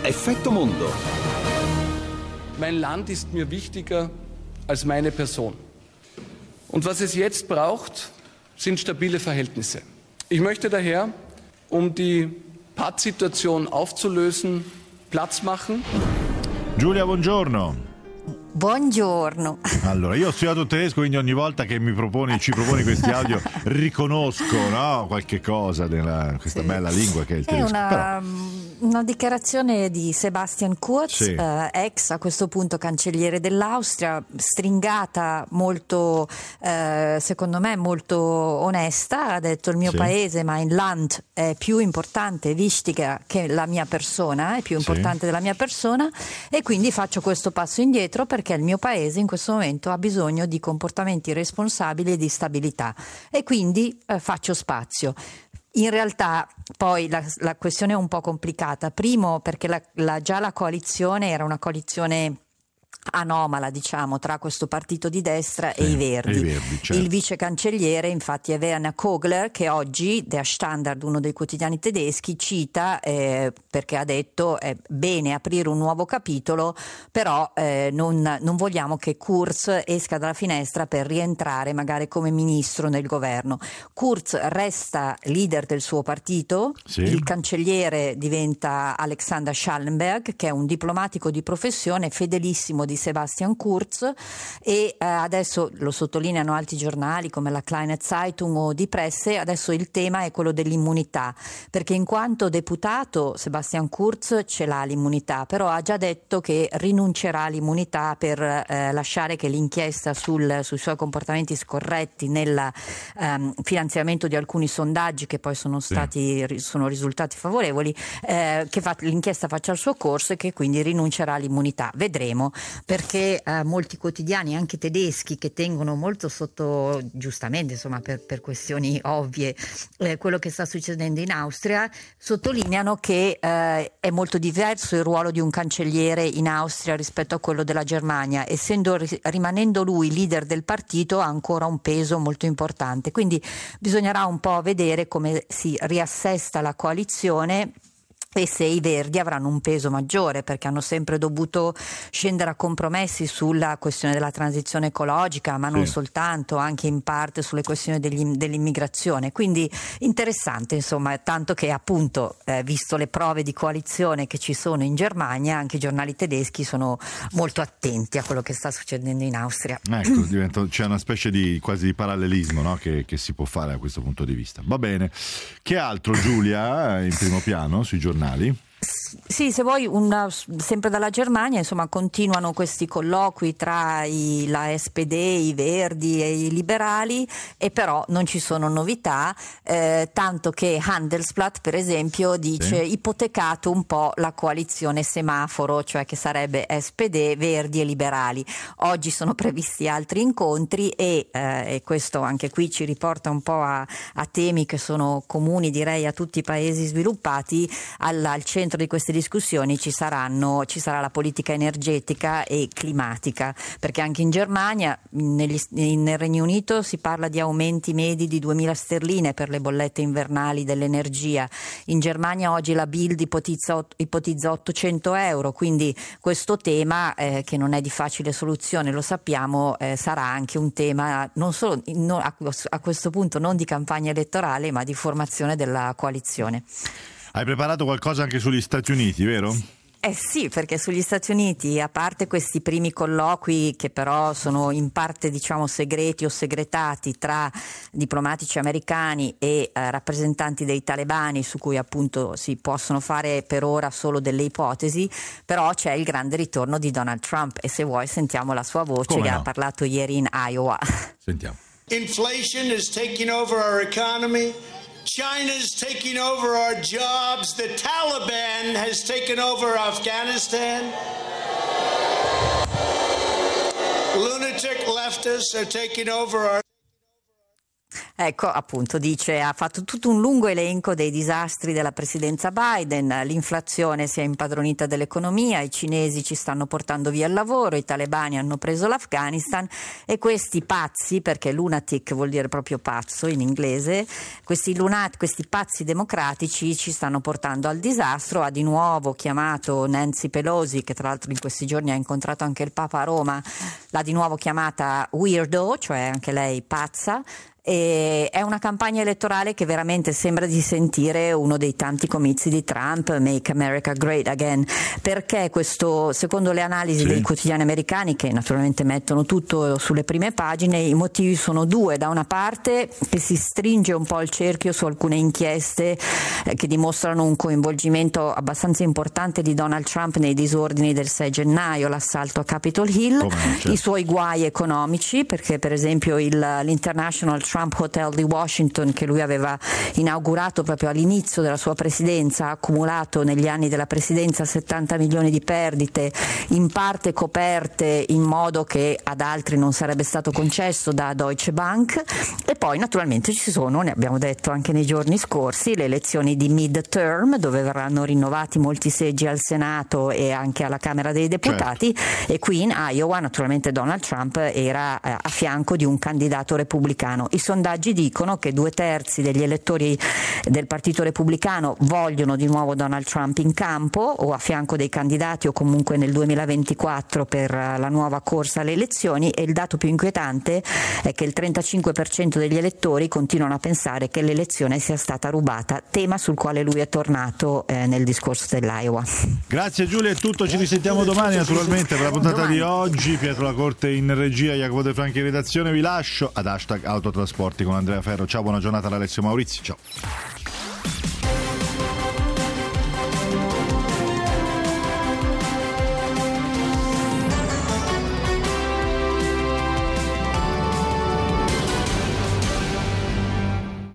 Effetto Mondo. Mein Land ist mir wichtiger als meine Person. Und was es jetzt braucht, sind stabile Verhältnisse. Ich möchte daher, um die Pattsituation aufzulösen, Platz machen. Giulia, buongiorno. Buongiorno. Allora, io ho studiato tedesco, quindi ogni volta che ci proponi questi audio riconosco, no, qualche cosa della questa bella lingua che è il tedesco. È una dichiarazione di Sebastian Kurz, sì. Ex a questo punto cancelliere dell'Austria, stringata, molto secondo me molto onesta. Ha detto: il mio paese, mein Land, è più importante, wichtiger, che la mia persona, è più importante della mia persona, e quindi faccio questo passo indietro perché il mio paese in questo momento ha bisogno di comportamenti responsabili e di stabilità, e quindi faccio spazio. In realtà poi la questione è un po' complicata. Primo perché già la coalizione era una coalizione anomala, diciamo, tra questo partito di destra e i Verdi. Certo. Il vice cancelliere infatti è Werner Kogler, che oggi Der Standard, uno dei quotidiani tedeschi, cita perché ha detto: è bene aprire un nuovo capitolo, però non vogliamo che Kurz esca dalla finestra per rientrare magari come ministro nel governo. Kurz resta leader del suo partito, il cancelliere diventa Alexander Schallenberg, che è un diplomatico di professione fedelissimo di Sebastian Kurz, e adesso lo sottolineano altri giornali come la Kleine Zeitung o Die Presse. Adesso il tema è quello dell'immunità, perché in quanto deputato Sebastian Kurz ce l'ha l'immunità, però ha già detto che rinuncerà all'immunità per lasciare che l'inchiesta sui suoi comportamenti scorretti nel finanziamento di alcuni sondaggi, che poi sono risultati favorevoli, che l'inchiesta faccia il suo corso, e che quindi rinuncerà all'immunità. Vedremo, perché molti quotidiani, anche tedeschi, che tengono molto sotto, giustamente, insomma, per questioni ovvie, quello che sta succedendo in Austria, sottolineano che è molto diverso il ruolo di un cancelliere in Austria rispetto a quello della Germania, rimanendo lui leader del partito, ha ancora un peso molto importante. Quindi bisognerà un po' vedere come si riassesta la coalizione e se i Verdi avranno un peso maggiore, perché hanno sempre dovuto scendere a compromessi sulla questione della transizione ecologica, ma non soltanto, anche in parte sulle questioni dell'immigrazione. Quindi interessante, insomma, tanto che appunto, visto le prove di coalizione che ci sono in Germania, anche i giornali tedeschi sono molto attenti a quello che sta succedendo in Austria. Ecco, c'è una specie di quasi di parallelismo, no? che si può fare da questo punto di vista. Va bene. Che altro, Giulia, in primo piano sui giornali? Sì, se vuoi, sempre dalla Germania, insomma, continuano questi colloqui tra la SPD, i Verdi e i liberali, e però non ci sono novità, tanto che Handelsblatt, per esempio, dice ipotecato un po' la coalizione semaforo, cioè che sarebbe SPD, Verdi e liberali. Oggi sono previsti altri incontri e questo anche qui ci riporta un po' a temi che sono comuni, direi, a tutti i paesi sviluppati. Al centro di queste discussioni ci sarà la politica energetica e climatica, perché anche in Germania, nel Regno Unito, si parla di aumenti medi di 2.000 sterline per le bollette invernali dell'energia. In Germania oggi la Bild ipotizza 800 euro, quindi questo tema, che non è di facile soluzione, lo sappiamo, sarà anche un tema non solo a questo punto non di campagna elettorale, ma di formazione della coalizione. Hai preparato qualcosa anche sugli Stati Uniti, vero? Sì, perché sugli Stati Uniti, a parte questi primi colloqui che però sono in parte, diciamo, segreti o segretati tra diplomatici americani e rappresentanti dei talebani, su cui appunto si possono fare per ora solo delle ipotesi, però c'è il grande ritorno di Donald Trump, e se vuoi sentiamo la sua voce. Ha parlato ieri in Iowa. Sentiamo. Inflation is taking over our economy. China's taking over our jobs. The Taliban has taken over Afghanistan. Lunatic leftists are taking over our... Ecco, appunto, dice, ha fatto tutto un lungo elenco dei disastri della presidenza Biden, l'inflazione si è impadronita dell'economia, i cinesi ci stanno portando via il lavoro, i talebani hanno preso l'Afghanistan e questi pazzi, perché lunatic vuol dire proprio pazzo in inglese, questi pazzi democratici ci stanno portando al disastro. Ha di nuovo chiamato Nancy Pelosi, che tra l'altro in questi giorni ha incontrato anche il Papa a Roma, l'ha di nuovo chiamata weirdo, cioè anche lei pazza. E è una campagna elettorale che veramente sembra di sentire uno dei tanti comizi di Trump, Make America Great Again, perché questo, secondo le analisi dei quotidiani americani, che naturalmente mettono tutto sulle prime pagine, i motivi sono due: da una parte che si stringe un po' il cerchio su alcune inchieste che dimostrano un coinvolgimento abbastanza importante di Donald Trump nei disordini del 6 gennaio, l'assalto a Capitol Hill, i suoi guai economici, perché per esempio l'International Trump Hotel di Washington, che lui aveva inaugurato proprio all'inizio della sua presidenza, ha accumulato negli anni della presidenza 70 milioni di perdite, in parte coperte in modo che ad altri non sarebbe stato concesso da Deutsche Bank. E poi naturalmente ci sono, ne abbiamo detto anche nei giorni scorsi, le elezioni di mid-term, dove verranno rinnovati molti seggi al Senato e anche alla Camera dei Deputati, e qui in Iowa naturalmente Donald Trump era a fianco di un candidato repubblicano. I sondaggi dicono che 2/3 degli elettori del Partito Repubblicano vogliono di nuovo Donald Trump in campo o a fianco dei candidati, o comunque nel 2024 per la nuova corsa alle elezioni, e il dato più inquietante è che il 35% degli elettori continuano a pensare che l'elezione sia stata rubata, tema sul quale lui è tornato nel discorso dell'Iowa. Grazie Giulia, è tutto, ci risentiamo domani naturalmente per la puntata di oggi. Pietro Lacorte in regia, Jacopo De Franchi in redazione, vi lascio ad #autotrasporti con Andrea Ferro. Ciao, buona giornata da Alessio Maurizio, ciao.